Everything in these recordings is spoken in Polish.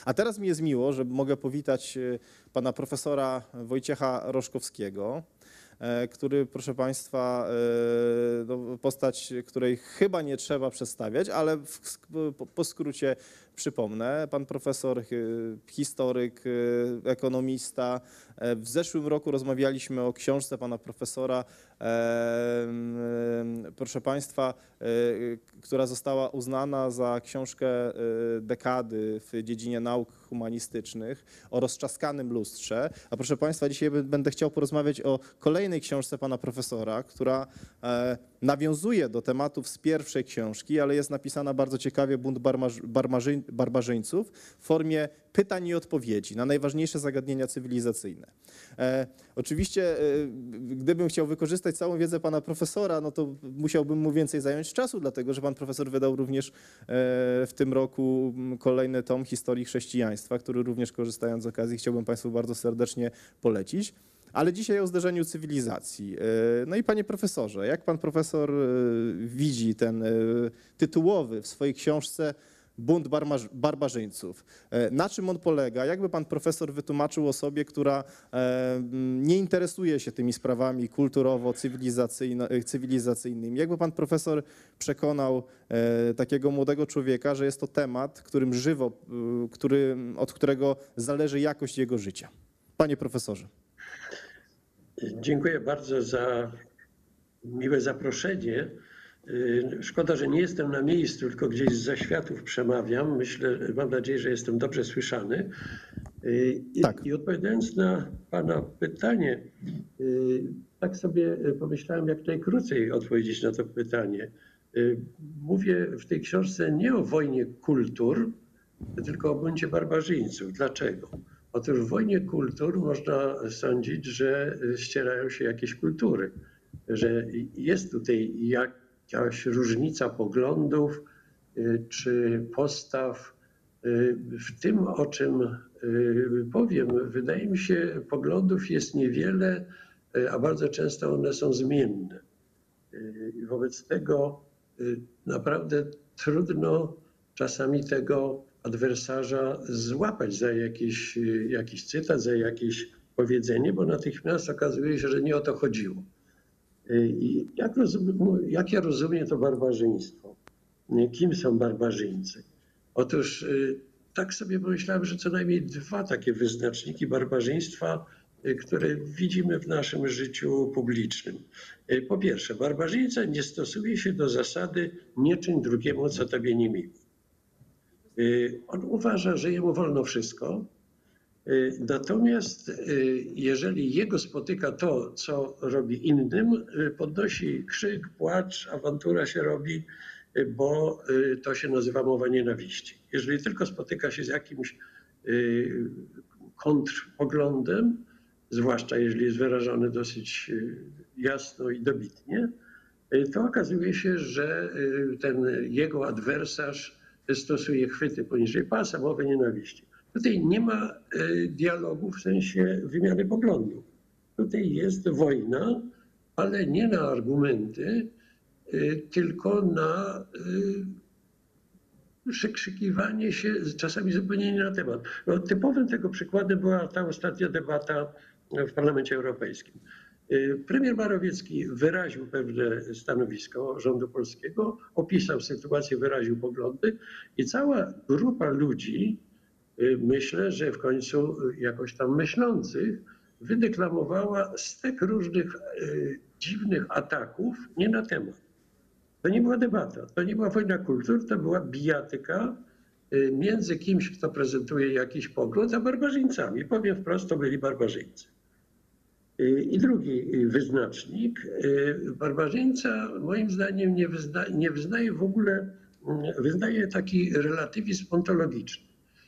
A teraz mi jest miło, że mogę powitać pana profesora Wojciecha Roszkowskiego, który, proszę państwa, no, postać, której chyba nie trzeba przedstawiać, ale po skrócie przypomnę. Pan profesor, historyk, ekonomista. W zeszłym roku rozmawialiśmy o książce pana profesora, proszę państwa, która została uznana za książkę dekady w dziedzinie nauk humanistycznych, o rozczaskanym lustrze. A proszę państwa, dzisiaj będę chciał porozmawiać o kolejnej książce pana profesora, która nawiązuje do tematów z pierwszej książki, ale jest napisana bardzo ciekawie, Bunt barbarzyńców, w formie pytań i odpowiedzi na najważniejsze zagadnienia cywilizacyjne. Oczywiście, gdybym chciał wykorzystać całą wiedzę pana profesora, no to musiałbym mu więcej zająć czasu, dlatego że pan profesor wydał również w tym roku kolejny tom historii chrześcijaństwa, który również, korzystając z okazji, chciałbym państwu bardzo serdecznie polecić. Ale dzisiaj o zderzeniu cywilizacji. No i panie profesorze, jak pan profesor widzi ten tytułowy w swojej książce Bunt barbarzyńców? Na czym on polega? Jakby pan profesor wytłumaczył osobie, która nie interesuje się tymi sprawami kulturowo-cywilizacyjnymi? Jakby pan profesor przekonał takiego młodego człowieka, że jest to temat, którym żywo, od którego zależy jakość jego życia? Panie profesorze. Dziękuję bardzo za miłe zaproszenie. Szkoda, że nie jestem na miejscu, tylko gdzieś zza światów przemawiam. Mam nadzieję, że jestem dobrze słyszany. Tak. I odpowiadając na pana pytanie, tak sobie pomyślałem, jak najkrócej odpowiedzieć na to pytanie. Mówię w tej książce nie o wojnie kultur, tylko o buncie barbarzyńców. Dlaczego? Otóż w wojnie kultur można sądzić, że ścierają się jakieś kultury, że jest tutaj jakaś różnica poglądów czy postaw. W tym, o czym powiem, wydaje mi się, poglądów jest niewiele, a bardzo często one są zmienne. Wobec tego naprawdę trudno czasami tego adwersarza złapać za jakiś cytat, za jakieś powiedzenie, bo natychmiast okazuje się, że nie o to chodziło. I jak ja rozumiem to barbarzyństwo? Kim są barbarzyńcy? Otóż tak sobie pomyślałem, że co najmniej dwa takie wyznaczniki barbarzyństwa, które widzimy w naszym życiu publicznym. Po pierwsze, barbarzyńca nie stosuje się do zasady nie czyń drugiemu, co tobie nie miło. On uważa, że jemu wolno wszystko, natomiast jeżeli jego spotyka to, co robi innym, podnosi krzyk, płacz, awantura się robi, bo to się nazywa mowa nienawiści. Jeżeli tylko spotyka się z jakimś kontrpoglądem, zwłaszcza jeżeli jest wyrażony dosyć jasno i dobitnie, to okazuje się, że ten jego adwersarz stosuje chwyty poniżej pasa, mowę nienawiści. Tutaj nie ma dialogu w sensie wymiany poglądów. Tutaj jest wojna, ale nie na argumenty, tylko na przekrzykiwanie się, czasami zupełnie nie na temat. No, typowym tego przykładem była ta ostatnia debata w Parlamencie Europejskim. Premier Morawiecki wyraził pewne stanowisko rządu polskiego, opisał sytuację, wyraził poglądy i cała grupa ludzi, myślę, że w końcu jakoś tam myślących, wydeklamowała stek różnych dziwnych ataków nie na temat. To nie była debata, to nie była wojna kultur, to była bijatyka między kimś, kto prezentuje jakiś pogląd, a barbarzyńcami. Powiem wprost, to byli barbarzyńcy. I drugi wyznacznik, barbarzyńca moim zdaniem nie wyznaje w ogóle, wyznaje taki relatywizm ontologiczny.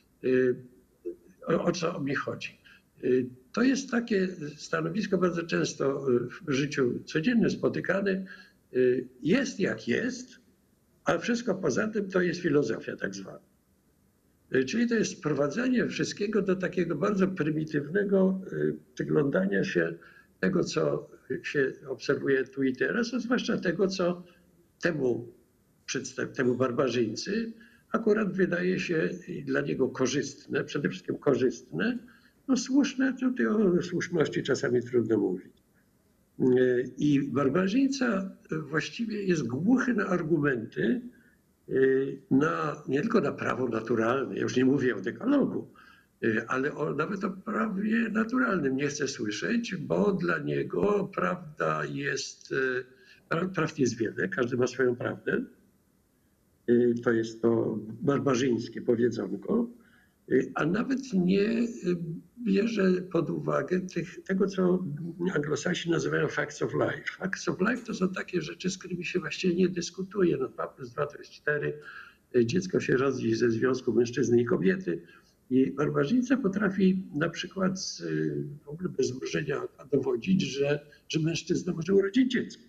O co mi chodzi? To jest takie stanowisko bardzo często w życiu codziennym spotykane. Jest jak jest, a wszystko poza tym to jest filozofia tak zwana. Czyli to jest sprowadzanie wszystkiego do takiego bardzo prymitywnego przyglądania się tego, co się obserwuje tu i teraz, a zwłaszcza tego, co temu barbarzyńcy akurat wydaje się dla niego korzystne, przede wszystkim korzystne, no słuszne, tutaj o słuszności czasami trudno mówić. I barbarzyńca właściwie jest głuchy na argumenty, nie tylko na prawo naturalne, ja już nie mówię o dekalogu, ale nawet o prawie naturalnym nie chce słyszeć, bo dla niego prawd jest wiele, każdy ma swoją prawdę. To jest to barbarzyńskie powiedzonko, a nawet nie bierze pod uwagę tego, co Anglosasi nazywają facts of life. Facts of life to są takie rzeczy, z którymi się właściwie nie dyskutuje. No 2+2 to jest 4. Dziecko się rodzi ze związku mężczyzny i kobiety. I barbarzyńca potrafi na przykład w ogóle bez mrużenia dowodzić, że mężczyzna może urodzić dziecko.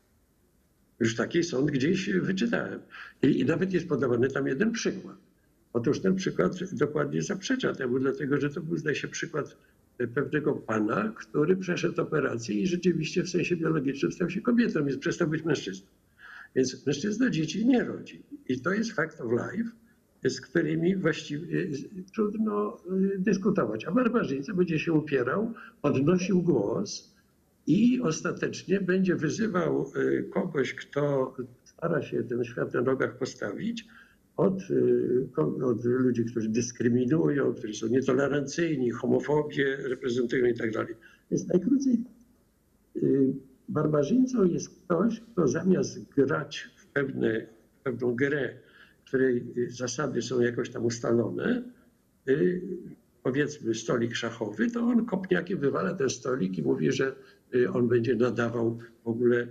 Już taki sąd gdzieś wyczytałem. I nawet jest podawany tam jeden przykład. Otóż ten przykład dokładnie zaprzecza temu, dlatego że to był, zdaje się, przykład pewnego pana, który przeszedł operację i rzeczywiście w sensie biologicznym stał się kobietą, więc przestał być mężczyzną. Więc mężczyzna dzieci nie rodzi. I to jest fact of life, z którymi właściwie trudno dyskutować. A barbarzyńca będzie się upierał, podnosił głos i ostatecznie będzie wyzywał kogoś, kto stara się ten świat na nogach postawić, od ludzi, którzy dyskryminują, którzy są nietolerancyjni, homofobię reprezentują i tak dalej. Więc najkrócej barbarzyńcą jest ktoś, kto zamiast grać w pewną grę, której zasady są jakoś tam ustalone, powiedzmy stolik szachowy, to on kopniakiem wywala ten stolik i mówi, że on będzie nadawał w ogóle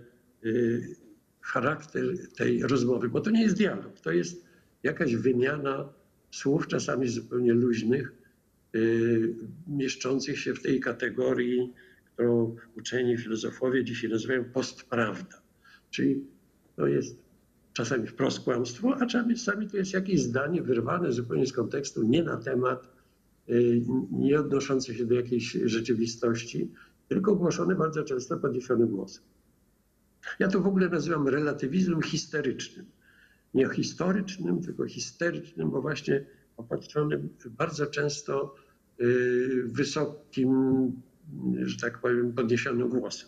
charakter tej rozmowy, bo to nie jest dialog, to jest jakaś wymiana słów, czasami zupełnie luźnych, mieszczących się w tej kategorii, którą uczeni filozofowie dzisiaj nazywają postprawda. Czyli to jest czasami wprost kłamstwo, a czasami to jest jakieś zdanie wyrwane zupełnie z kontekstu, nie na temat, nie odnoszące się do jakiejś rzeczywistości, tylko głoszone bardzo często podniesionym głosem. Ja to w ogóle nazywam relatywizmem histerycznym. Nie historycznym, tylko histerycznym, bo właśnie opatrzonym bardzo często wysokim, że tak powiem, podniesionym głosem.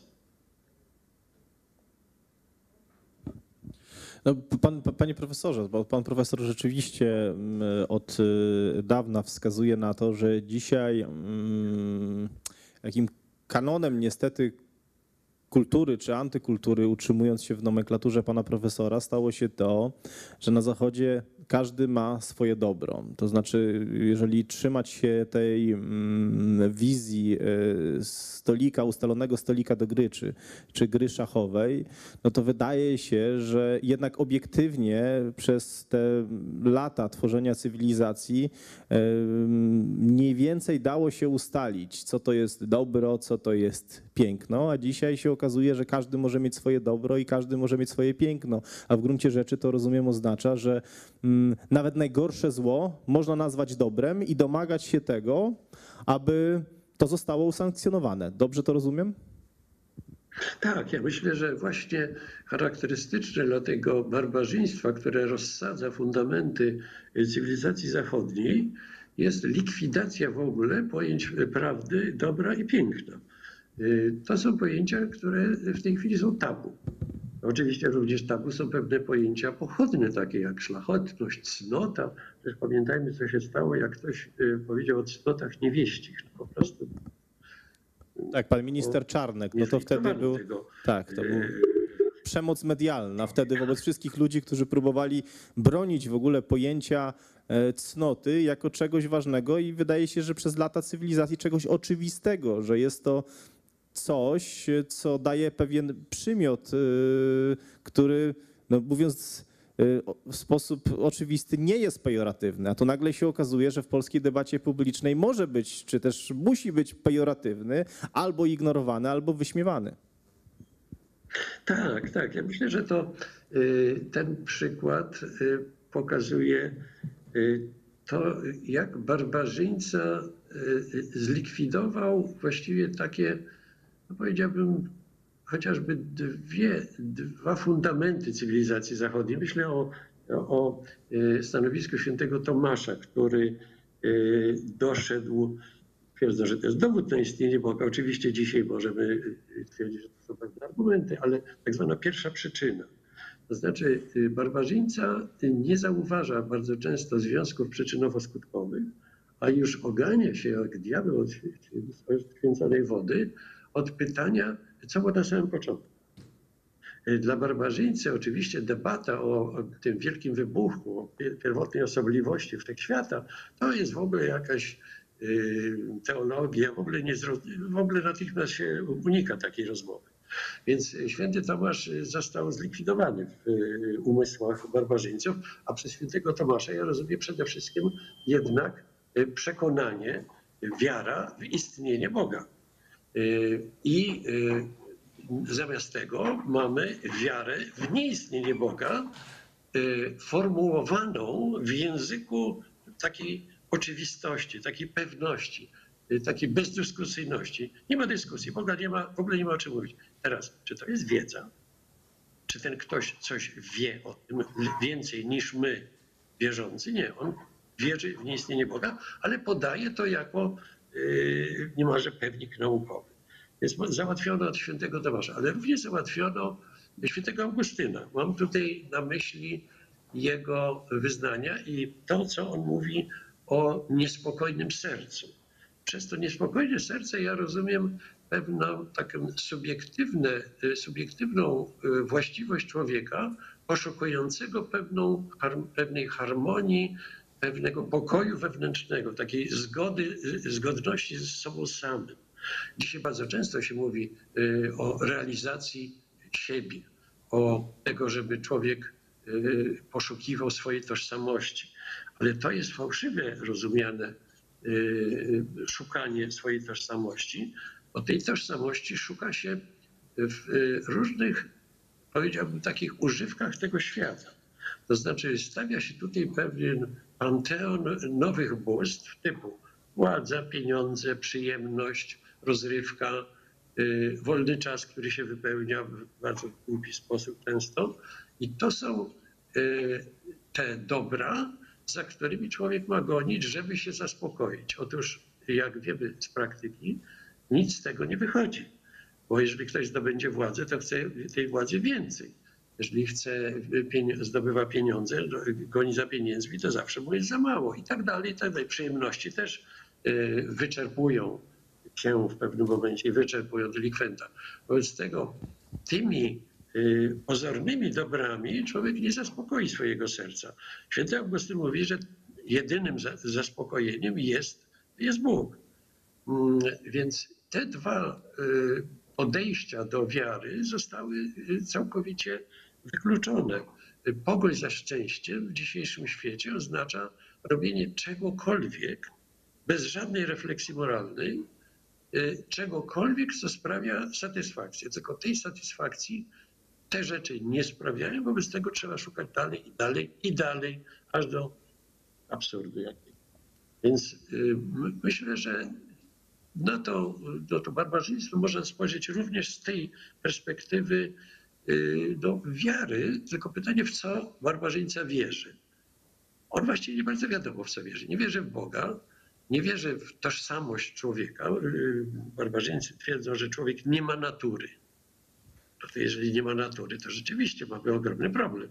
No, panie profesorze, bo pan profesor rzeczywiście od dawna wskazuje na to, że dzisiaj jakim kanonem niestety kultury czy antykultury, utrzymując się w nomenklaturze pana profesora, stało się to, że na Zachodzie każdy ma swoje dobro. To znaczy, jeżeli trzymać się tej wizji stolika, ustalonego stolika do gry, czy gry szachowej, no to wydaje się, że jednak obiektywnie przez te lata tworzenia cywilizacji mniej więcej dało się ustalić, co to jest dobro, co to jest piękno, a dzisiaj się okazuje, że każdy może mieć swoje dobro i każdy może mieć swoje piękno, a w gruncie rzeczy to, rozumiem, oznacza, że nawet najgorsze zło można nazwać dobrem i domagać się tego, aby to zostało usankcjonowane. Dobrze to rozumiem? Tak, ja myślę, że właśnie charakterystyczne dla tego barbarzyństwa, które rozsadza fundamenty cywilizacji zachodniej, jest likwidacja w ogóle pojęć prawdy, dobra i piękna. To są pojęcia, które w tej chwili są tabu. Oczywiście również tabu są pewne pojęcia pochodne, takie jak szlachetność, cnota. Przecież pamiętajmy, co się stało, jak ktoś powiedział o cnotach niewieścich. No po prostu. Tak, pan minister Czarnek, no to wtedy był, tak, to był przemoc medialna wtedy wobec wszystkich ludzi, którzy próbowali bronić w ogóle pojęcia cnoty jako czegoś ważnego i wydaje się, że przez lata cywilizacji czegoś oczywistego, że jest to coś, co daje pewien przymiot, który, no mówiąc w sposób oczywisty, nie jest pejoratywny, a to nagle się okazuje, że w polskiej debacie publicznej może być, czy też musi być pejoratywny, albo ignorowany, albo wyśmiewany. Tak, tak. Ja myślę, że to ten przykład pokazuje to, jak barbarzyńca zlikwidował właściwie takie, no powiedziałbym, chociażby dwa fundamenty cywilizacji zachodniej. Myślę o o stanowisku świętego Tomasza, który doszedł, twierdzę, że to jest dowód na istnienie Boga. Oczywiście dzisiaj możemy twierdzić, że to są pewne argumenty, ale tak zwana pierwsza przyczyna. To znaczy barbarzyńca nie zauważa bardzo często związków przyczynowo-skutkowych, a już ogania się jak diabeł od święconej wody od pytania, co było na samym początku. Dla barbarzyńcy oczywiście debata o tym wielkim wybuchu, o pierwotnej osobliwości wszechświata, to jest w ogóle jakaś teologia, w ogóle natychmiast się unika takiej rozmowy. Więc święty Tomasz został zlikwidowany w umysłach barbarzyńców, a przez świętego Tomasza ja rozumiem przede wszystkim jednak przekonanie, wiara w istnienie Boga. I zamiast tego mamy wiarę w nieistnienie Boga, formułowaną w języku takiej oczywistości, takiej pewności, takiej bezdyskusyjności. Nie ma dyskusji, Boga nie ma, w ogóle nie ma o czym mówić. Teraz, czy to jest wiedza? Czy ten ktoś coś wie o tym więcej niż my, wierzący? Nie, on wierzy w nieistnienie Boga, ale podaje to jako niemalże pewnik naukowy. Więc załatwiono od świętego Tomasza, ale również załatwiono świętego Augustyna. Mam tutaj na myśli jego wyznania i to, co on mówi o niespokojnym sercu. Przez to niespokojne serce ja rozumiem pewną taką subiektywną właściwość człowieka poszukującego pewnej harmonii, pewnego pokoju wewnętrznego, takiej zgodności ze sobą samym. Dzisiaj bardzo często się mówi o realizacji siebie, o tego, żeby człowiek poszukiwał swojej tożsamości. Ale to jest fałszywie rozumiane szukanie swojej tożsamości, bo tej tożsamości szuka się w różnych, powiedziałbym, takich używkach tego świata. To znaczy stawia się tutaj pewien panteon nowych bóstw typu władza, pieniądze, przyjemność, rozrywka, wolny czas, który się wypełnia w bardzo głupi sposób często. I to są te dobra, za którymi człowiek ma gonić, żeby się zaspokoić. Otóż, jak wiemy z praktyki, nic z tego nie wychodzi. Bo jeżeli ktoś zdobędzie władzę, to chce tej władzy więcej. Jeżeli zdobywa pieniądze, goni za pieniędzmi, to zawsze mu jest za mało i tak dalej, i tak dalej. Przyjemności też wyczerpują się w pewnym momencie i wyczerpują delikwenta. Wobec tego tymi pozornymi dobrami człowiek nie zaspokoi swojego serca. Święty Augustyn mówi, że jedynym zaspokojeniem jest Bóg. Więc te dwa podejścia do wiary zostały całkowicie wykluczone. Pogoń za szczęściem w dzisiejszym świecie oznacza robienie czegokolwiek bez żadnej refleksji moralnej, czegokolwiek, co sprawia satysfakcję. Tylko tej satysfakcji te rzeczy nie sprawiają, wobec tego trzeba szukać dalej i dalej i dalej, aż do absurdu jakiegoś. Więc myślę, że na to barbarzyństwo można spojrzeć również z tej perspektywy do wiary, tylko pytanie, w co barbarzyńca wierzy. On właściwie nie bardzo wiadomo, w co wierzy. Nie wierzy w Boga, nie wierzy w tożsamość człowieka. Barbarzyńcy twierdzą, że człowiek nie ma natury. No to jeżeli nie ma natury, to rzeczywiście mamy ogromny problem.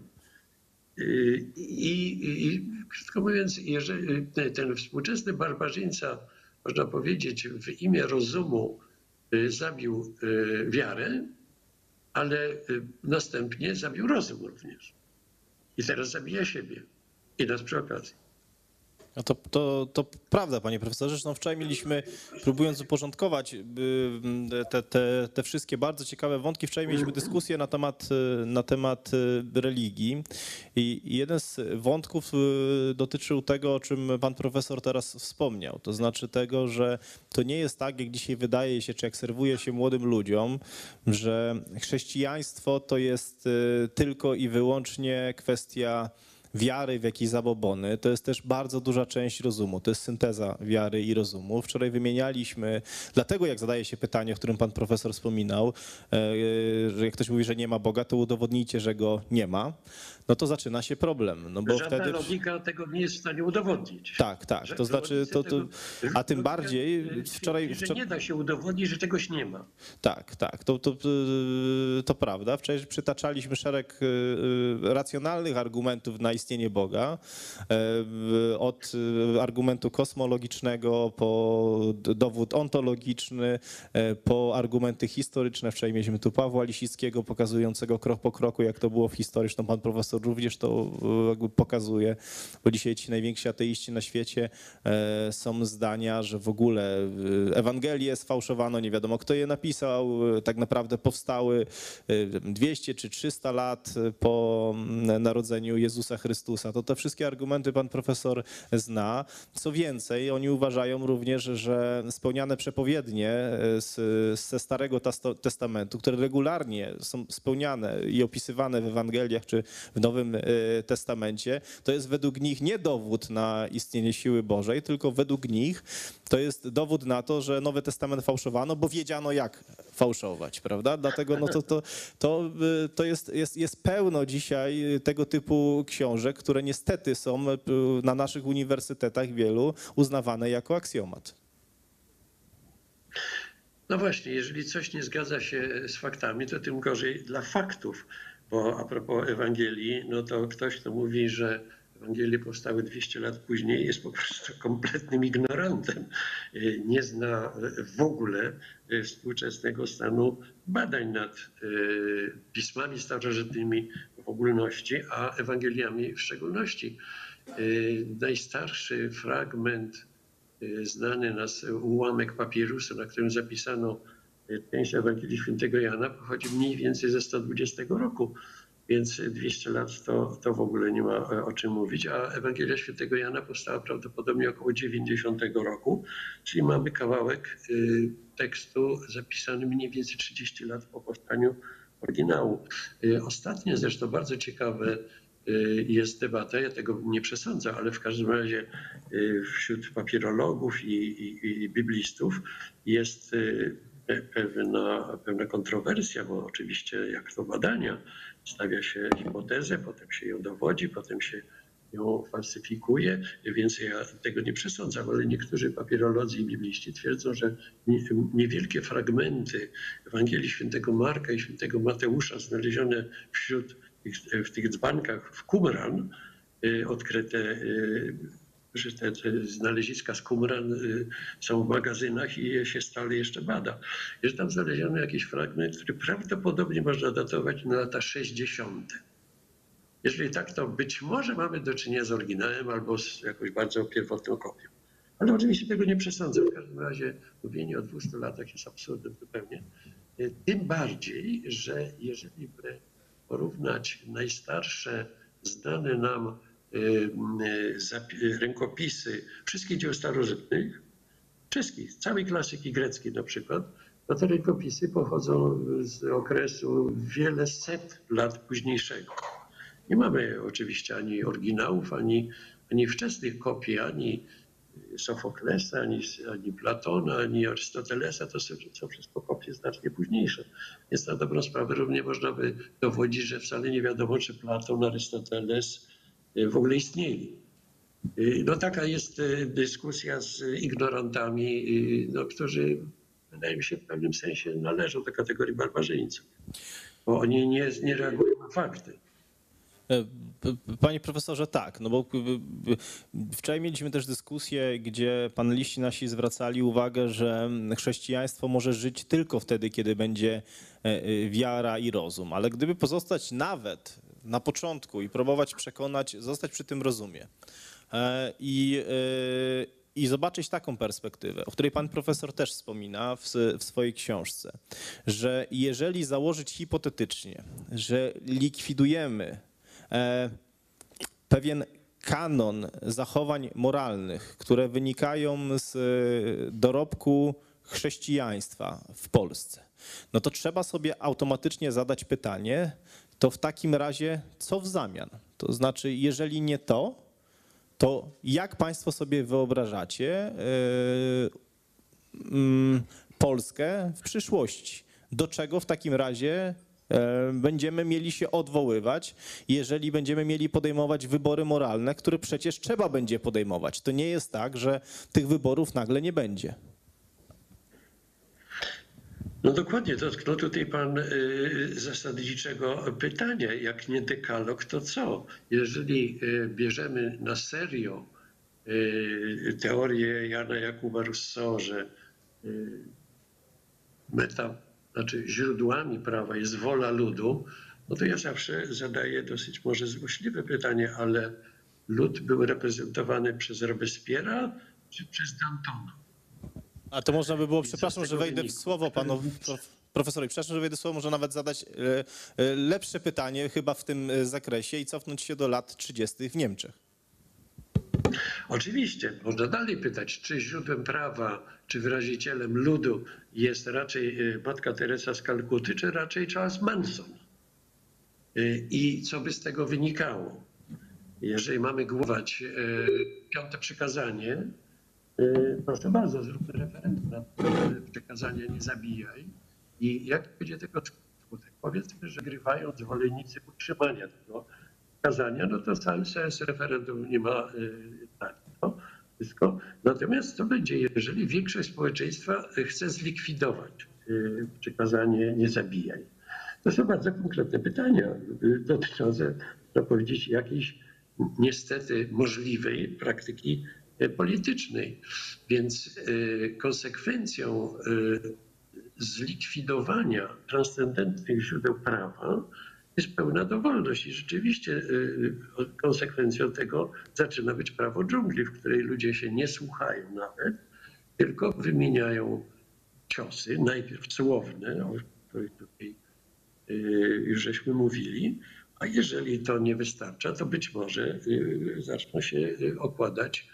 I krótko mówiąc, jeżeli ten współczesny barbarzyńca, można powiedzieć, w imię rozumu zabił wiarę, ale następnie zabił rozum również. I teraz zabija siebie i nas przy okazji. No to prawda, panie profesorze. Zresztą wczoraj mieliśmy, próbując uporządkować te wszystkie bardzo ciekawe wątki, wczoraj mieliśmy dyskusję na temat religii i jeden z wątków dotyczył tego, o czym pan profesor teraz wspomniał. To znaczy tego, że to nie jest tak, jak dzisiaj wydaje się, czy jak serwuje się młodym ludziom, że chrześcijaństwo to jest tylko i wyłącznie kwestia wiary w jakieś zabobony, to jest też bardzo duża część rozumu, to jest synteza wiary i rozumu. Wczoraj wymienialiśmy, dlatego jak zadaje się pytanie, o którym pan profesor wspominał, że jak ktoś mówi, że nie ma Boga, to udowodnijcie, że go nie ma, no to zaczyna się problem. No bo Żadna wtedy... logika tego nie jest w stanie udowodnić. Tak, to znaczy, a tym bardziej wczoraj... Że nie da się udowodnić, że czegoś nie ma. Tak, to prawda. Wczoraj przytaczaliśmy szereg racjonalnych argumentów na istnienie Boga, od argumentu kosmologicznego po dowód ontologiczny, po argumenty historyczne. Wczoraj mieliśmy tu Pawła Lisickiego pokazującego krok po kroku, jak to było w historii. Zresztą pan profesor również to jakby pokazuje, bo dzisiaj ci najwięksi ateiści na świecie są zdania, że w ogóle Ewangelię sfałszowano, nie wiadomo kto je napisał, tak naprawdę powstały 200 czy 300 lat po narodzeniu Jezusa Chrystusa. To te wszystkie argumenty pan profesor zna. Co więcej, oni uważają również, że spełniane przepowiednie ze Starego Testamentu, które regularnie są spełniane i opisywane w Ewangeliach czy w Nowym Testamencie, to jest według nich nie dowód na istnienie siły Bożej, tylko według nich to jest dowód na to, że Nowy Testament fałszowano, bo wiedziano jak fałszować, prawda? Dlatego no to jest pełno dzisiaj tego typu książek, które niestety są na naszych uniwersytetach wielu uznawane jako aksjomat. No właśnie, jeżeli coś nie zgadza się z faktami, to tym gorzej dla faktów. Bo a propos Ewangelii, no to ktoś, kto mówi, że Ewangelie powstały 200 lat później, jest po prostu kompletnym ignorantem. Nie zna w ogóle współczesnego stanu badań nad pismami starożytnymi w ogólności, a Ewangeliami w szczególności. Najstarszy fragment, znany nas ułamek papirusu, na którym zapisano część Ewangelii Świętego Jana, pochodzi mniej więcej ze 120 roku. Więc 200 lat to w ogóle nie ma o czym mówić, a Ewangelia Świętego Jana powstała prawdopodobnie około 90 roku, czyli mamy kawałek tekstu zapisany mniej więcej 30 lat po powstaniu oryginału. Ostatnio zresztą bardzo ciekawe jest debata, ja tego nie przesądzę, ale w każdym razie wśród papirologów i biblistów jest pewna kontrowersja, bo oczywiście jak to badania, stawia się hipotezę, potem się ją dowodzi, potem się ją falsyfikuje, więc ja tego nie przesądzam, ale niektórzy papierolodzy i bibliści twierdzą, że niewielkie fragmenty Ewangelii Świętego Marka i Świętego Mateusza znalezione w tych dzbankach w Qumran, odkryte, że te znaleziska z Qumran są w magazynach i je się stale jeszcze bada. Że tam znaleziono jakiś fragment, który prawdopodobnie można datować na lata 60. Jeżeli tak, to być może mamy do czynienia z oryginałem albo z jakąś bardzo pierwotną kopią. Ale oczywiście tego nie przesądzę. W każdym razie mówienie o 200 latach jest absurdem zupełnie. Tym bardziej, że jeżeli by porównać najstarsze znane nam rękopisy wszystkich dzieł starożytnych, czeskich, całej klasyki greckiej na przykład, no te rękopisy pochodzą z okresu wiele set lat późniejszego. Nie mamy oczywiście ani oryginałów, ani wczesnych kopii, ani Sofoklesa, ani Platona, ani Arystotelesa. To są wszystko kopie znacznie późniejsze. Więc na dobrą sprawę równie można by dowodzić, że wcale nie wiadomo, czy Platon, Arystoteles w ogóle istnieli. No taka jest dyskusja z ignorantami, no, którzy wydaje mi się w pewnym sensie należą do kategorii barbarzyńców, bo oni nie reagują na fakty. Panie profesorze, tak, no bo wczoraj mieliśmy też dyskusję, gdzie paneliści nasi zwracali uwagę, że chrześcijaństwo może żyć tylko wtedy, kiedy będzie wiara i rozum, ale gdyby pozostać nawet na początku i próbować przekonać, zostać przy tym rozumie i zobaczyć taką perspektywę, o której pan profesor też wspomina w swojej książce, że jeżeli założyć hipotetycznie, że likwidujemy pewien kanon zachowań moralnych, które wynikają z dorobku chrześcijaństwa w Polsce, no to trzeba sobie automatycznie zadać pytanie, to w takim razie co w zamian? To znaczy, jeżeli nie to jak państwo sobie wyobrażacie Polskę w przyszłości? Do czego w takim razie będziemy mieli się odwoływać, jeżeli będziemy mieli podejmować wybory moralne, które przecież trzeba będzie podejmować? To nie jest tak, że tych wyborów nagle nie będzie. No dokładnie, dotknął tutaj pan zasadniczego pytania. Jak nie dekalog, to co? Jeżeli bierzemy na serio teorię Jana Jakuba Rousseau, że znaczy źródłami prawa jest wola ludu, no to ja zawsze zadaję dosyć może złośliwe pytanie, ale lud był reprezentowany przez Robespierre'a czy przez Dantona? A to można by było, I co z przepraszam, że tego wejdę w wynikło? słowo panu profesorowi, przepraszam, że wejdę w słowo, może nawet zadać lepsze pytanie chyba w tym zakresie i cofnąć się do lat 30. w Niemczech. Oczywiście, można dalej pytać, czy źródłem prawa, czy wyrazicielem ludu jest raczej matka Teresa z Kalkuty, czy raczej Charles Manson? I co by z tego wynikało? Jeżeli mamy głosować piąte przykazanie, proszę bardzo, zróbmy referendum na przekazanie nie zabijaj. I jak będzie tego skutek? Powiedzmy, że grywają zwolennicy utrzymania tego przykazania, no to cały sens referendum nie ma to wszystko. Natomiast co będzie, jeżeli większość społeczeństwa chce zlikwidować przykazanie nie zabijaj? To są bardzo konkretne pytania dotyczące, można powiedzieć, jakiejś niestety możliwej praktyki politycznej. Więc konsekwencją zlikwidowania transcendentnych źródeł prawa jest pełna dowolność i rzeczywiście konsekwencją tego zaczyna być prawo dżungli, w której ludzie się nie słuchają nawet, tylko wymieniają ciosy, najpierw słowne, o których tutaj już żeśmy mówili, a jeżeli to nie wystarcza, to być może zaczną się okładać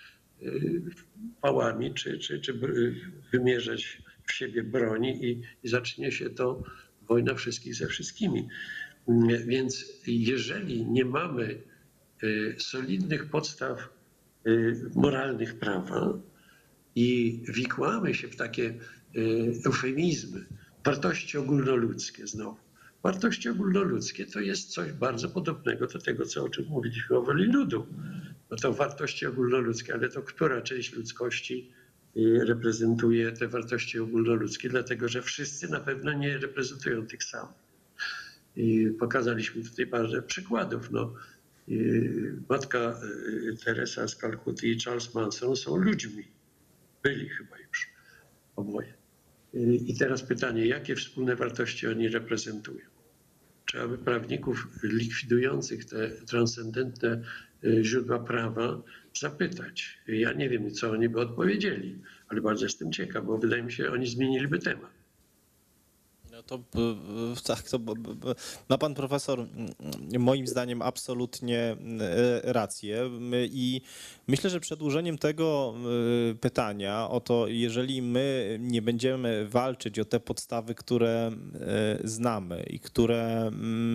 pałami, czy wymierzać w siebie broni i zacznie się to wojna wszystkich ze wszystkimi. Więc jeżeli nie mamy solidnych podstaw moralnych prawa i wikłamy się w takie eufemizmy, wartości ogólnoludzkie znowu. Wartości ogólnoludzkie to jest coś bardzo podobnego do tego, o czym mówiliśmy o woli ludu. No to wartości ogólnoludzkie, ale to która część ludzkości reprezentuje te wartości ogólnoludzkie, dlatego że wszyscy na pewno nie reprezentują tych samych. I pokazaliśmy tutaj parę przykładów. No, matka Teresa z Kalkuty i Charles Manson są ludźmi. Byli chyba już oboje. I teraz pytanie, jakie wspólne wartości oni reprezentują? Trzeba by prawników likwidujących te transcendentne źródła prawa zapytać. Ja nie wiem, co oni by odpowiedzieli, ale bardzo jestem ciekaw, bo wydaje mi się, że oni zmieniliby temat. No to tak, ma pan profesor moim zdaniem absolutnie rację i myślę, że przedłużeniem tego pytania o to, jeżeli my nie będziemy walczyć o te podstawy, które znamy i które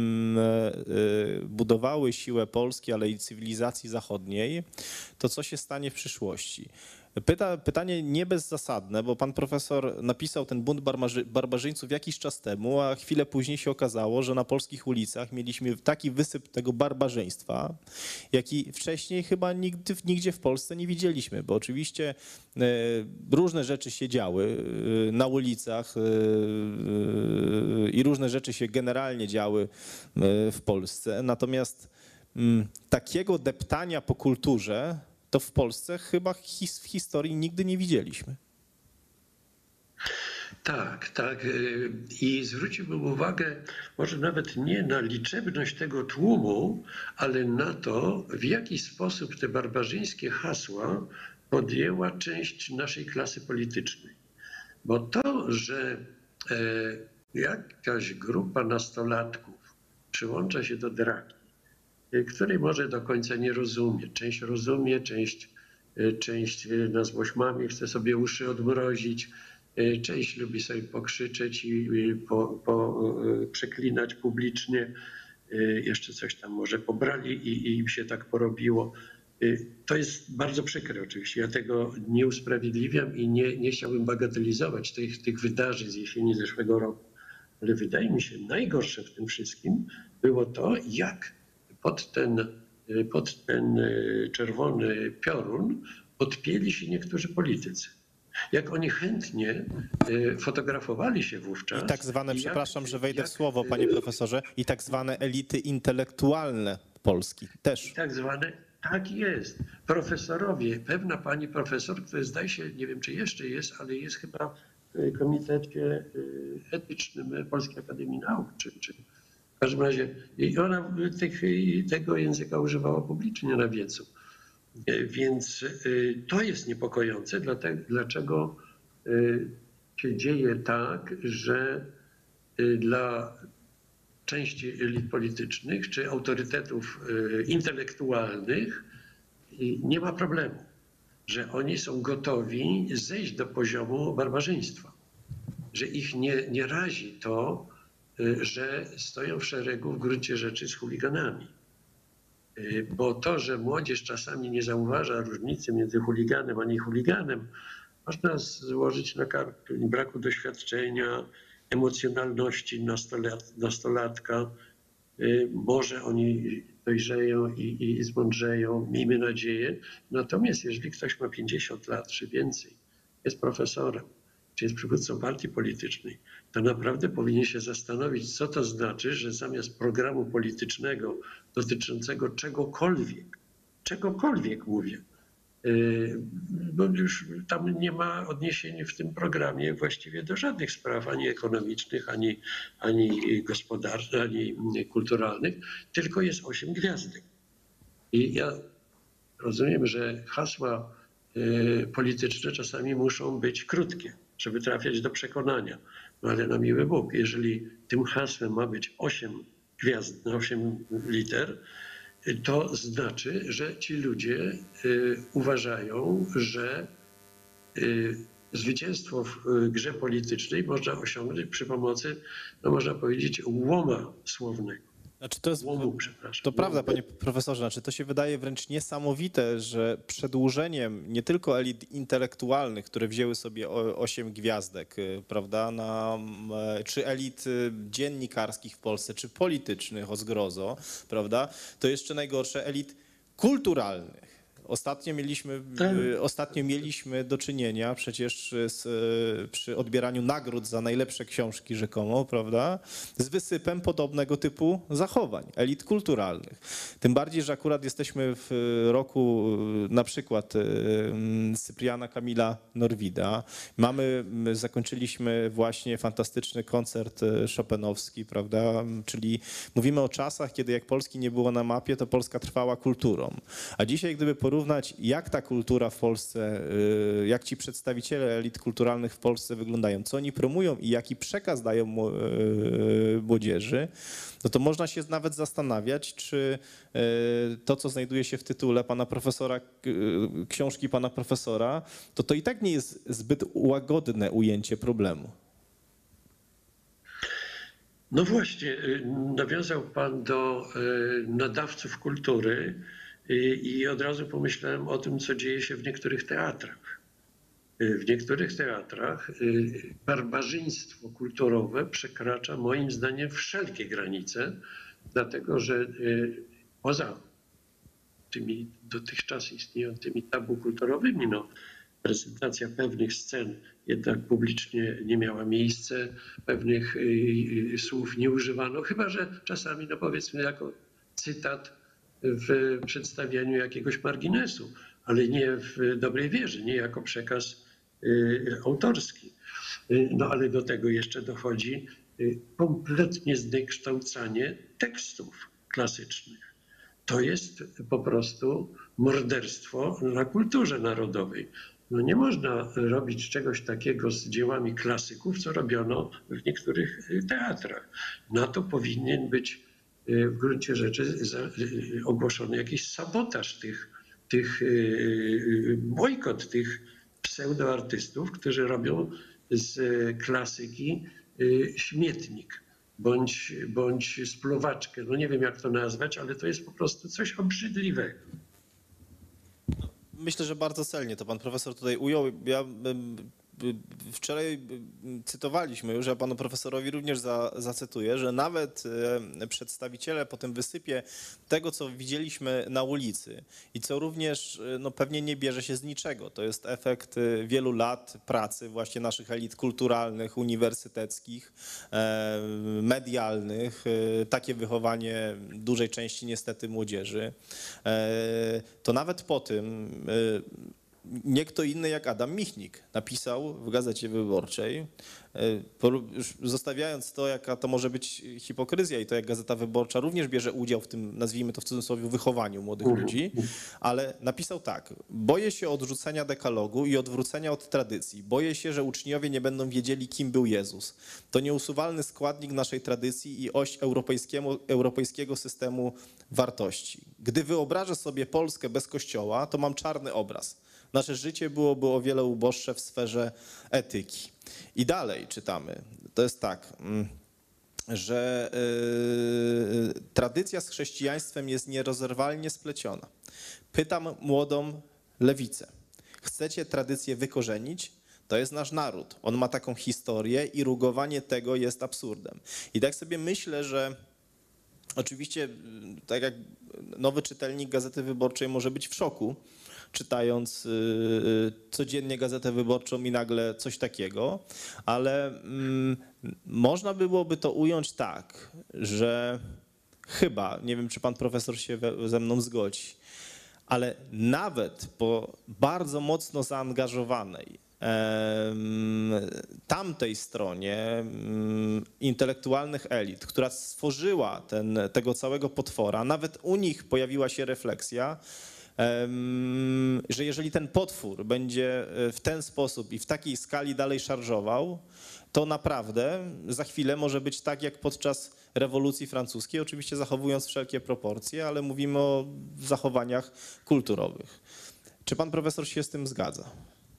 budowały siłę Polski, ale i cywilizacji zachodniej, to co się stanie w przyszłości? Pytanie nie bezzasadne, bo pan profesor napisał ten bunt barbarzyńców jakiś czas temu, a chwilę później się okazało, że na polskich ulicach mieliśmy taki wysyp tego barbarzyństwa, jaki wcześniej chyba nigdzie w Polsce nie widzieliśmy, bo oczywiście różne rzeczy się działy na ulicach i różne rzeczy się generalnie działy w Polsce, natomiast takiego deptania po kulturze to w Polsce chyba w historii nigdy nie widzieliśmy. Tak, tak. I zwróciłbym uwagę może nawet nie na liczebność tego tłumu, ale na to, w jaki sposób te barbarzyńskie hasła podjęła część naszej klasy politycznej. Bo to, że jakaś grupa nastolatków przyłącza się do draki, której może do końca nie rozumie, część na złość mamie chce sobie uszy odmrozić, część lubi sobie pokrzyczeć i przeklinać publicznie, jeszcze coś tam może pobrali i im się tak porobiło. To jest bardzo przykre oczywiście. Ja tego nie usprawiedliwiam i nie chciałbym bagatelizować tych wydarzeń z jesieni zeszłego roku. Ale wydaje mi się, najgorsze w tym wszystkim było to, jak pod ten czerwony piorun podpięli się niektórzy politycy. Jak oni chętnie fotografowali się wówczas. I tak zwane, jak, przepraszam, że wejdę jak, w słowo, panie profesorze, i tak zwane elity intelektualne Polski też. tak zwane, tak jest. Profesorowie, pewna pani profesor, która zdaje się, nie wiem czy jeszcze jest, ale jest chyba w komitecie etycznym Polskiej Akademii Nauk, czy w każdym razie i ona tego języka używała publicznie na wiecu. Więc to jest niepokojące, dlaczego się dzieje tak, że dla części elit politycznych czy autorytetów intelektualnych nie ma problemu, że oni są gotowi zejść do poziomu barbarzyństwa, że ich nie razi to, że stoją w szeregu w gruncie rzeczy z chuliganami. Bo to, że młodzież czasami nie zauważa różnicy między chuliganem a niechuliganem, można złożyć na kartę braku doświadczenia, emocjonalności nastolatka. Może oni dojrzeją i zmądrzeją, miejmy nadzieję. Natomiast jeżeli ktoś ma 50 lat czy więcej, jest profesorem, czy jest przywódcą partii politycznej, to naprawdę powinien się zastanowić, co to znaczy, że zamiast programu politycznego dotyczącego czegokolwiek mówię, bo już tam nie ma odniesień w tym programie właściwie do żadnych spraw, ani ekonomicznych, ani gospodarczych, ani kulturalnych, tylko jest 8 gwiazdek. I ja rozumiem, że hasła polityczne czasami muszą być krótkie, żeby trafiać do przekonania. No ale na miły Bóg, jeżeli tym hasłem ma być 8 gwiazd na 8 liter, to znaczy, że ci ludzie uważają, że zwycięstwo w grze politycznej można osiągnąć przy pomocy, no można powiedzieć, łoma słownego. Znaczy to jest, Łomu, przepraszam. to prawda, panie profesorze, znaczy to się wydaje wręcz niesamowite, że przedłużeniem nie tylko elit intelektualnych, które wzięły sobie 8 gwiazdek, prawda, czy elit dziennikarskich w Polsce, czy politycznych o zgrozo, prawda, to jeszcze najgorsze elit kulturalnych. Ostatnio mieliśmy do czynienia przecież przy odbieraniu nagród za najlepsze książki rzekomo, prawda, z wysypem podobnego typu zachowań, elit kulturalnych. Tym bardziej, że akurat jesteśmy w roku na przykład Cypriana Kamila Norwida. Zakończyliśmy właśnie fantastyczny koncert chopinowski, prawda, czyli mówimy o czasach, kiedy jak Polski nie było na mapie, to Polska trwała kulturą. A dzisiaj, gdyby porównać, jak ta kultura w Polsce, jak ci przedstawiciele elit kulturalnych w Polsce wyglądają, co oni promują i jaki przekaz dają młodzieży, no to można się nawet zastanawiać, czy to, co znajduje się w tytule pana profesora, książki pana profesora, to i tak nie jest zbyt łagodne ujęcie problemu. No właśnie, nawiązał pan do nadawców kultury i od razu pomyślałem o tym, co dzieje się w niektórych teatrach. W niektórych teatrach barbarzyństwo kulturowe przekracza moim zdaniem wszelkie granice, dlatego że poza tymi dotychczas istniejącymi tabu kulturowymi, no, prezentacja pewnych scen jednak publicznie nie miała miejsca, pewnych słów nie używano, chyba że czasami, no powiedzmy, jako cytat w przedstawianiu jakiegoś marginesu, ale nie w dobrej wierze, nie jako przekaz autorski. No ale do tego jeszcze dochodzi kompletnie zdekształcanie tekstów klasycznych. To jest po prostu morderstwo na kulturze narodowej. No nie można robić czegoś takiego z dziełami klasyków, co robiono w niektórych teatrach. Na to powinien być w gruncie rzeczy ogłoszony jakiś sabotaż bojkot tych pseudoartystów, którzy robią z klasyki śmietnik. bądź spluwaczkę. No nie wiem, jak to nazwać, ale to jest po prostu coś obrzydliwego. Myślę, że bardzo celnie to pan profesor tutaj ujął. Wczoraj cytowaliśmy już, ja panu profesorowi również zacytuję, że nawet przedstawiciele po tym wysypie tego, co widzieliśmy na ulicy i co również no, pewnie nie bierze się z niczego, to jest efekt wielu lat pracy właśnie naszych elit kulturalnych, uniwersyteckich, medialnych, takie wychowanie dużej części niestety młodzieży, to nawet po tym nie kto inny jak Adam Michnik napisał w Gazecie Wyborczej, już zostawiając to, jaka to może być hipokryzja i to, jak Gazeta Wyborcza również bierze udział w tym, nazwijmy to w cudzysłowie, wychowaniu młodych ludzi, ale napisał tak: boję się odrzucenia dekalogu i odwrócenia od tradycji. Boję się, że uczniowie nie będą wiedzieli, kim był Jezus. To nieusuwalny składnik naszej tradycji i oś europejskiego systemu wartości. Gdy wyobrażę sobie Polskę bez Kościoła, to mam czarny obraz. Nasze życie byłoby o wiele uboższe w sferze etyki. I dalej czytamy, to jest tak, że tradycja z chrześcijaństwem jest nierozerwalnie spleciona. Pytam młodą lewicę, chcecie tradycję wykorzenić? To jest nasz naród, on ma taką historię i rugowanie tego jest absurdem. I tak sobie myślę, że oczywiście, tak jak nowy czytelnik Gazety Wyborczej może być w szoku, czytając codziennie Gazetę Wyborczą i nagle coś takiego, ale można byłoby to ująć tak, że chyba, nie wiem, czy pan profesor się ze mną zgodzi, ale nawet po bardzo mocno zaangażowanej tamtej stronie intelektualnych elit, która stworzyła tego całego potwora, nawet u nich pojawiła się refleksja, że jeżeli ten potwór będzie w ten sposób i w takiej skali dalej szarżował, to naprawdę za chwilę może być tak jak podczas rewolucji francuskiej, oczywiście zachowując wszelkie proporcje, ale mówimy o zachowaniach kulturowych. Czy pan profesor się z tym zgadza?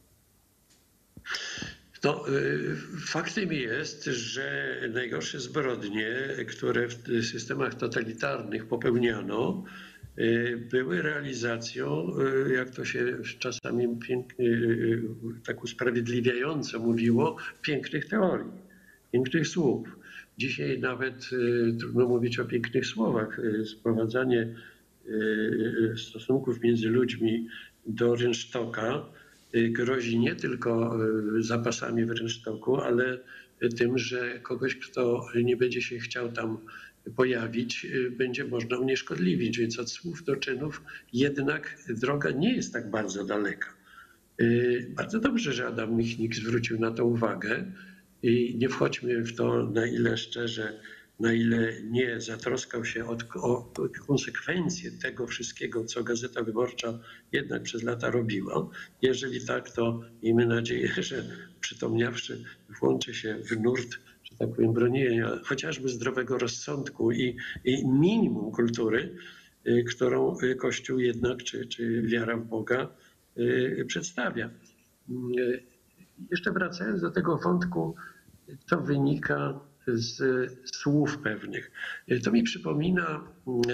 No, faktem jest, że najgorsze zbrodnie, które w systemach totalitarnych popełniano, były realizacją, jak to się czasami pięknie, tak usprawiedliwiająco mówiło, pięknych teorii, pięknych słów. Dzisiaj nawet trudno mówić o pięknych słowach. Sprowadzanie stosunków między ludźmi do rynsztoka grozi nie tylko zapasami w rynsztoku, ale tym, że kogoś, kto nie będzie się chciał tam pojawić, będzie można unieszkodliwić. Więc od słów do czynów jednak droga nie jest tak bardzo daleka. Bardzo dobrze, że Adam Michnik zwrócił na to uwagę i nie wchodźmy w to, na ile szczerze, na ile nie zatroskał się o konsekwencje tego wszystkiego, co Gazeta Wyborcza jednak przez lata robiła. Jeżeli tak, to miejmy nadzieję, że przytomniawszy włączy się w nurt, że tak powiem, bronienia chociażby zdrowego rozsądku i minimum kultury, którą Kościół jednak, czy wiara w Boga przedstawia. Jeszcze wracając do tego wątku, co wynika z słów pewnych. To mi przypomina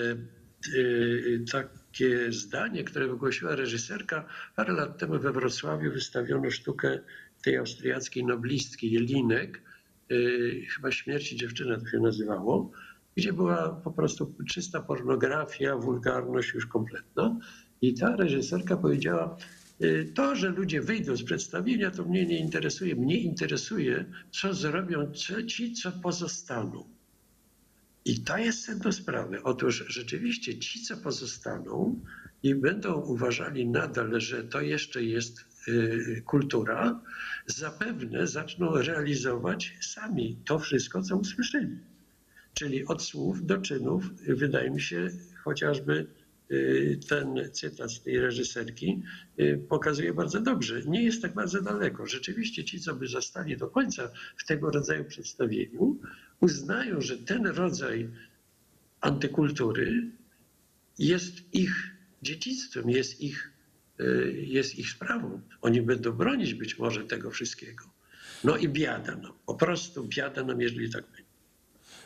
takie zdanie, które wygłosiła reżyserka. Parę lat temu we Wrocławiu wystawiono sztukę tej austriackiej noblistki Jelinek, chyba Śmierci dziewczyny to się nazywało, gdzie była po prostu czysta pornografia, wulgarność już kompletna. I ta reżyserka powiedziała: to, że ludzie wyjdą z przedstawienia, to mnie nie interesuje. Mnie interesuje, co zrobią ci, co pozostaną. I to jest sedno sprawy. Otóż rzeczywiście ci, co pozostaną i będą uważali nadal, że to jeszcze jest kultura, zapewne zaczną realizować sami to wszystko, co usłyszeli. Czyli od słów do czynów, wydaje mi się, chociażby ten cytat z tej reżyserki pokazuje bardzo dobrze. Nie jest tak bardzo daleko. Rzeczywiście ci, co by zostali do końca w tego rodzaju przedstawieniu, uznają, że ten rodzaj antykultury jest ich dziedzictwem, jest ich sprawą. Oni będą bronić być może tego wszystkiego. No i biada nam, po prostu biada nam, jeżeli tak będzie.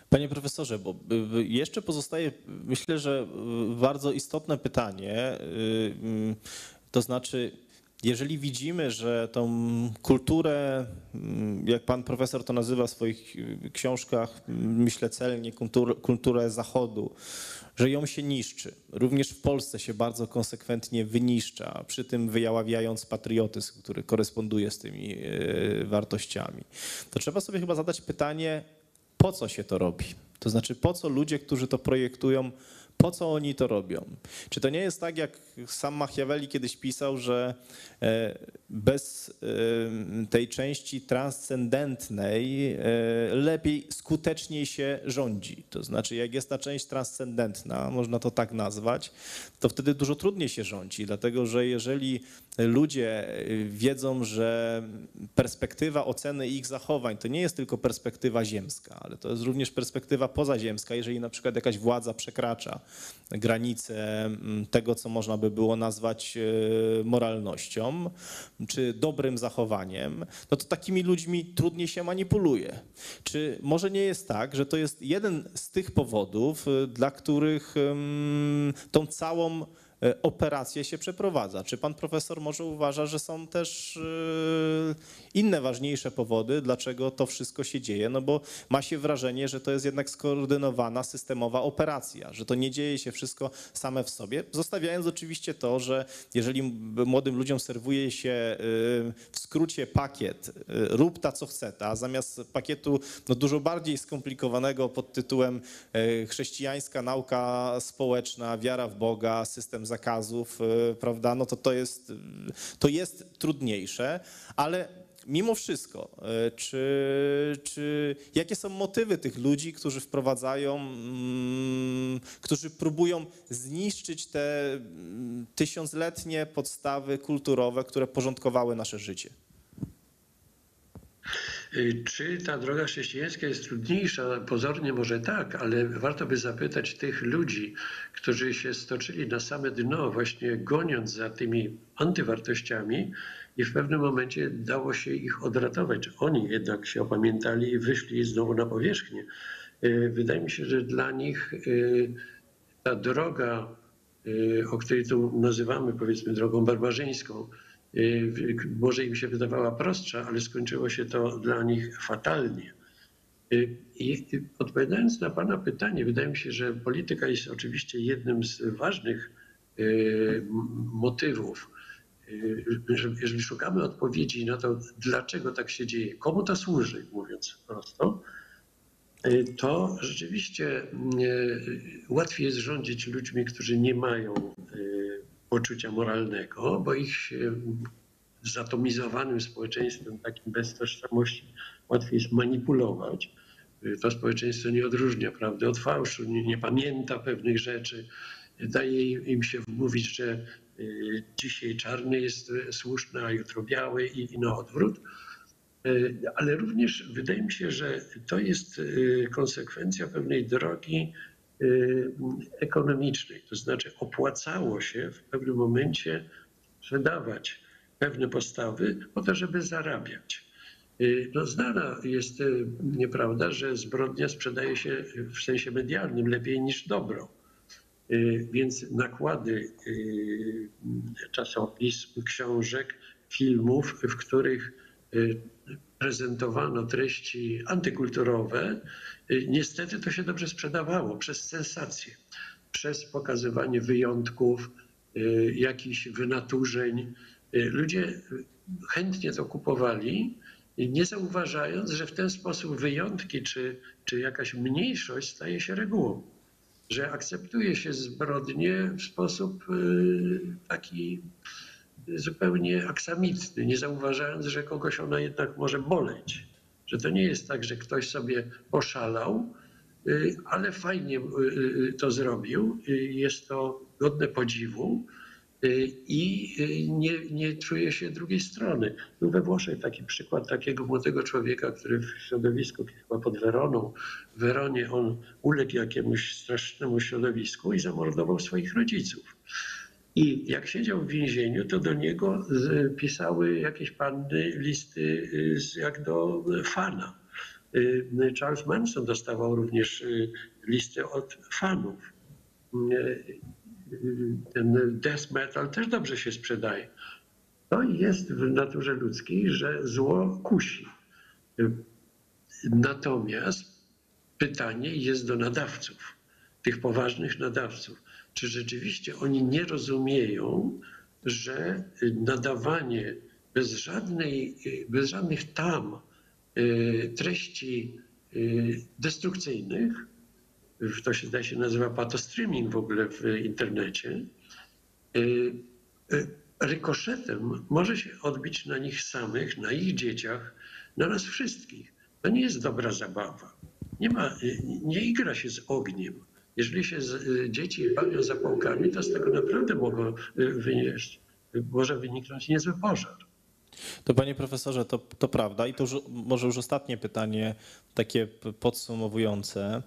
Panie profesorze, bo jeszcze pozostaje, myślę, że bardzo istotne pytanie, to znaczy, jeżeli widzimy, że tą kulturę, jak pan profesor to nazywa w swoich książkach, myślę celnie, kulturę Zachodu, że ją się niszczy. Również w Polsce się bardzo konsekwentnie wyniszcza, przy tym wyjaławiając patriotyzm, który koresponduje z tymi wartościami. To trzeba sobie chyba zadać pytanie, po co się to robi? To znaczy, po co ludzie, którzy to projektują, po co oni to robią? Czy to nie jest tak, jak sam Machiavelli kiedyś pisał, że bez tej części transcendentnej lepiej, skuteczniej się rządzi? To znaczy, jak jest ta część transcendentna, można to tak nazwać, to wtedy dużo trudniej się rządzi, dlatego że jeżeli ludzie wiedzą, że perspektywa oceny ich zachowań to nie jest tylko perspektywa ziemska, ale to jest również perspektywa pozaziemska, jeżeli na przykład jakaś władza przekracza granice tego, co można by było nazwać moralnością czy dobrym zachowaniem, no to takimi ludźmi trudniej się manipuluje. Czy może nie jest tak, że to jest jeden z tych powodów, dla których tą całą operację się przeprowadza? Czy pan profesor może uważa, że są też inne ważniejsze powody, dlaczego to wszystko się dzieje? No bo ma się wrażenie, że to jest jednak skoordynowana, systemowa operacja, że to nie dzieje się wszystko same w sobie, zostawiając oczywiście to, że jeżeli młodym ludziom serwuje się w skrócie pakiet rób ta, co chce ta, zamiast pakietu no, dużo bardziej skomplikowanego pod tytułem chrześcijańska nauka społeczna, wiara w Boga, system zakazów, prawda, no to jest trudniejsze, ale mimo wszystko, jakie są motywy tych ludzi, którzy wprowadzają, którzy próbują zniszczyć te tysiącletnie podstawy kulturowe, które porządkowały nasze życie? Czy ta droga chrześcijańska jest trudniejsza? Pozornie może tak, ale warto by zapytać tych ludzi, którzy się stoczyli na same dno, właśnie goniąc za tymi antywartościami i w pewnym momencie dało się ich odratować. Czy oni jednak się opamiętali i wyszli znowu na powierzchnię. Wydaje mi się, że dla nich ta droga, o której tu nazywamy powiedzmy drogą barbarzyńską, może im się wydawała prostsza, ale skończyło się to dla nich fatalnie. I odpowiadając na pana pytanie, wydaje mi się, że polityka jest oczywiście jednym z ważnych motywów. Jeżeli szukamy odpowiedzi na to, dlaczego tak się dzieje, komu to służy, mówiąc prosto, to rzeczywiście łatwiej jest rządzić ludźmi, którzy nie mają poczucia moralnego, bo ich się zatomizowanym społeczeństwem, takim bez tożsamości, łatwiej jest manipulować. To społeczeństwo nie odróżnia prawdy od fałszu, nie pamięta pewnych rzeczy, daje im się wmówić, że dzisiaj czarny jest słuszny, a jutro biały i na odwrót. Ale również wydaje mi się, że to jest konsekwencja pewnej drogi ekonomicznej. To znaczy opłacało się w pewnym momencie sprzedawać pewne postawy po to, żeby zarabiać. No, znana jest nieprawda, że zbrodnia sprzedaje się w sensie medialnym lepiej niż dobro. Więc nakłady czasopism, książek, filmów, w których prezentowano treści antykulturowe, niestety to się dobrze sprzedawało przez sensację, przez pokazywanie wyjątków, jakichś wynaturzeń. Ludzie chętnie to kupowali, nie zauważając, że w ten sposób wyjątki czy jakaś mniejszość staje się regułą, że akceptuje się zbrodnię w sposób taki zupełnie aksamitny, nie zauważając, że kogoś ona jednak może boleć. Że to nie jest tak, że ktoś sobie poszalał, ale fajnie to zrobił, jest to godne podziwu i nie czuje się drugiej strony. Był we Włoszech taki przykład takiego młodego człowieka, który w środowisku, chyba pod Weroną, w Weronie on uległ jakiemuś strasznemu środowisku i zamordował swoich rodziców. I jak siedział w więzieniu, to do niego pisały jakieś panny listy jak do fana. Charles Manson dostawał również listę od fanów. Ten death metal też dobrze się sprzedaje. To jest w naturze ludzkiej, że zło kusi. Natomiast pytanie jest do nadawców, tych poważnych nadawców. Czy rzeczywiście oni nie rozumieją, że nadawanie bez żadnych treści destrukcyjnych, to się zdaje się nazywa patostreaming w ogóle w internecie, rykoszetem może się odbić na nich samych, na ich dzieciach, na nas wszystkich. To nie jest dobra zabawa. Nie igra się z ogniem. Jeżeli się dzieci bawią zapałkami, to z tego naprawdę może wyniknąć niezły pożar. To panie profesorze, to prawda i to może już ostatnie pytanie, takie podsumowujące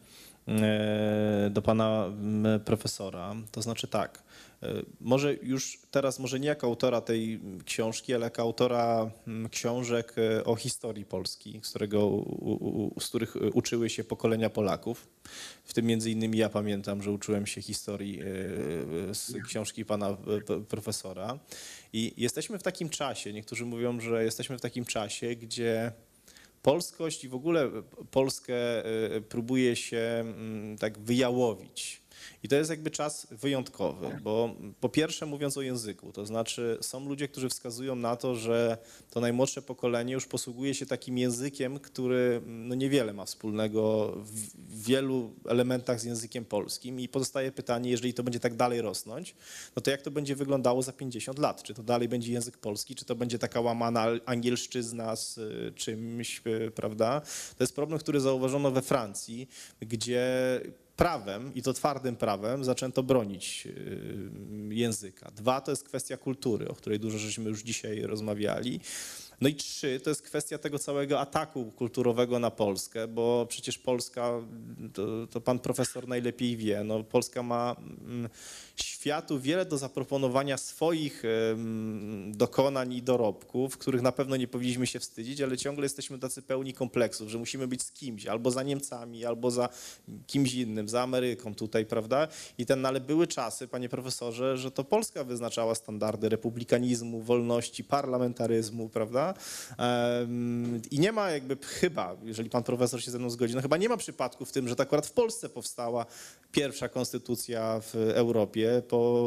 do pana profesora. To znaczy tak, może już teraz, może nie jako autora tej książki, ale jako autora książek o historii Polski, z których uczyły się pokolenia Polaków. W tym między innymi ja pamiętam, że uczyłem się historii z książki pana profesora. I jesteśmy w takim czasie, niektórzy mówią, że jesteśmy w takim czasie, gdzie polskość i w ogóle Polskę próbuje się tak wyjałowić. I to jest jakby czas wyjątkowy, bo po pierwsze mówiąc o języku, to znaczy są ludzie, którzy wskazują na to, że to najmłodsze pokolenie już posługuje się takim językiem, który no niewiele ma wspólnego w wielu elementach z językiem polskim i pozostaje pytanie, jeżeli to będzie tak dalej rosnąć, no to jak to będzie wyglądało za 50 lat? Czy to dalej będzie język polski, czy to będzie taka łamana angielszczyzna z czymś, prawda? To jest problem, który zauważono we Francji, gdzie prawem, i to twardym prawem, zaczęto bronić języka. 2, to jest kwestia kultury, o której dużo żeśmy już dzisiaj rozmawiali. No i 3, to jest kwestia tego całego ataku kulturowego na Polskę, bo przecież Polska, to pan profesor najlepiej wie, no Polska ma światu wiele do zaproponowania swoich dokonań i dorobków, których na pewno nie powinniśmy się wstydzić, ale ciągle jesteśmy tacy pełni kompleksów, że musimy być z kimś, albo za Niemcami, albo za kimś innym, za Ameryką tutaj, prawda? Ale były czasy, panie profesorze, że to Polska wyznaczała standardy republikanizmu, wolności, parlamentaryzmu, prawda? I nie ma jakby chyba, jeżeli pan profesor się ze mną zgodzi, no chyba nie ma przypadku w tym, że to akurat w Polsce powstała pierwsza konstytucja w Europie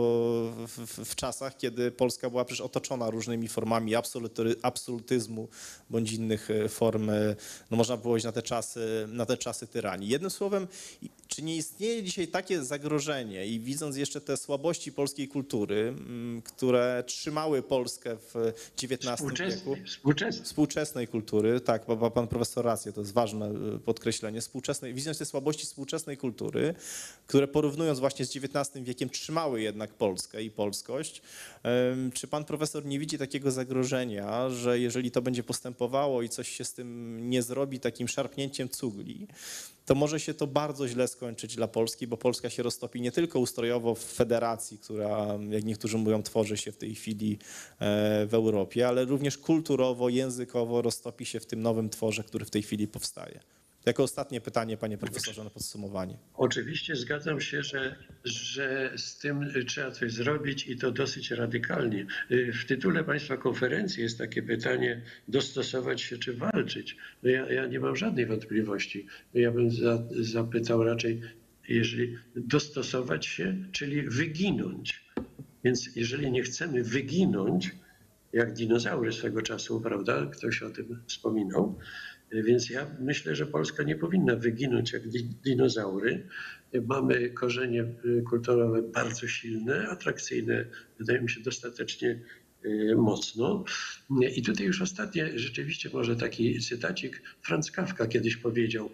w czasach, kiedy Polska była przecież otoczona różnymi formami absolutyzmu bądź innych form, no można było powiedzieć na te czasy tyranii. Jednym słowem, czy nie istnieje dzisiaj takie zagrożenie i widząc jeszcze te słabości polskiej kultury, które trzymały Polskę w XIX wieku, współczesnej kultury, tak, ma pan profesor rację, to jest ważne podkreślenie, widząc te słabości współczesnej kultury, które porównując właśnie z XIX wiekiem trzymały jednak Polskę i polskość, czy pan profesor nie widzi takiego zagrożenia, że jeżeli to będzie postępowało i coś się z tym nie zrobi takim szarpnięciem cugli, to może się to bardzo źle skończyć dla Polski, bo Polska się roztopi nie tylko ustrojowo w federacji, która, jak niektórzy mówią, tworzy się w tej chwili w Europie, ale również kulturowo, językowo roztopi się w tym nowym tworze, który w tej chwili powstaje. Jako ostatnie pytanie, panie profesorze, na podsumowanie. Oczywiście zgadzam się, że z tym trzeba coś zrobić i to dosyć radykalnie. W tytule państwa konferencji jest takie pytanie, dostosować się czy walczyć. No ja nie mam żadnej wątpliwości. Ja bym zapytał raczej, jeżeli dostosować się, czyli wyginąć. Więc jeżeli nie chcemy wyginąć, jak dinozaury swego czasu, prawda, ktoś o tym wspominał, więc ja myślę, że Polska nie powinna wyginąć jak dinozaury. Mamy korzenie kulturowe bardzo silne, atrakcyjne, wydaje mi się dostatecznie mocno. I tutaj już ostatnie, rzeczywiście może taki cytacik, Franz Kafka kiedyś powiedział,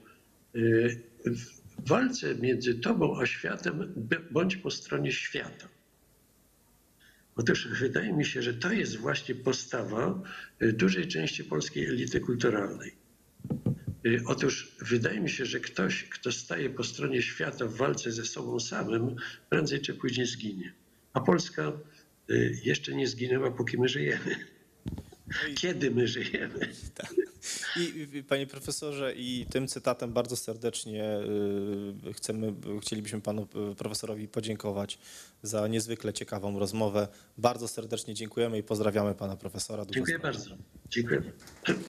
w walce między tobą a światem bądź po stronie świata. Otóż wydaje mi się, że to jest właśnie postawa dużej części polskiej elity kulturalnej. Otóż wydaje mi się, że ktoś, kto staje po stronie świata w walce ze sobą samym, prędzej czy później zginie. A Polska jeszcze nie zginęła, póki my żyjemy. Kiedy my żyjemy. Tak. Panie profesorze, i tym cytatem bardzo serdecznie chcielibyśmy panu profesorowi podziękować za niezwykle ciekawą rozmowę. Bardzo serdecznie dziękujemy i pozdrawiamy pana profesora. Dużo Dziękuję zdrowia. bardzo. Dziękuję.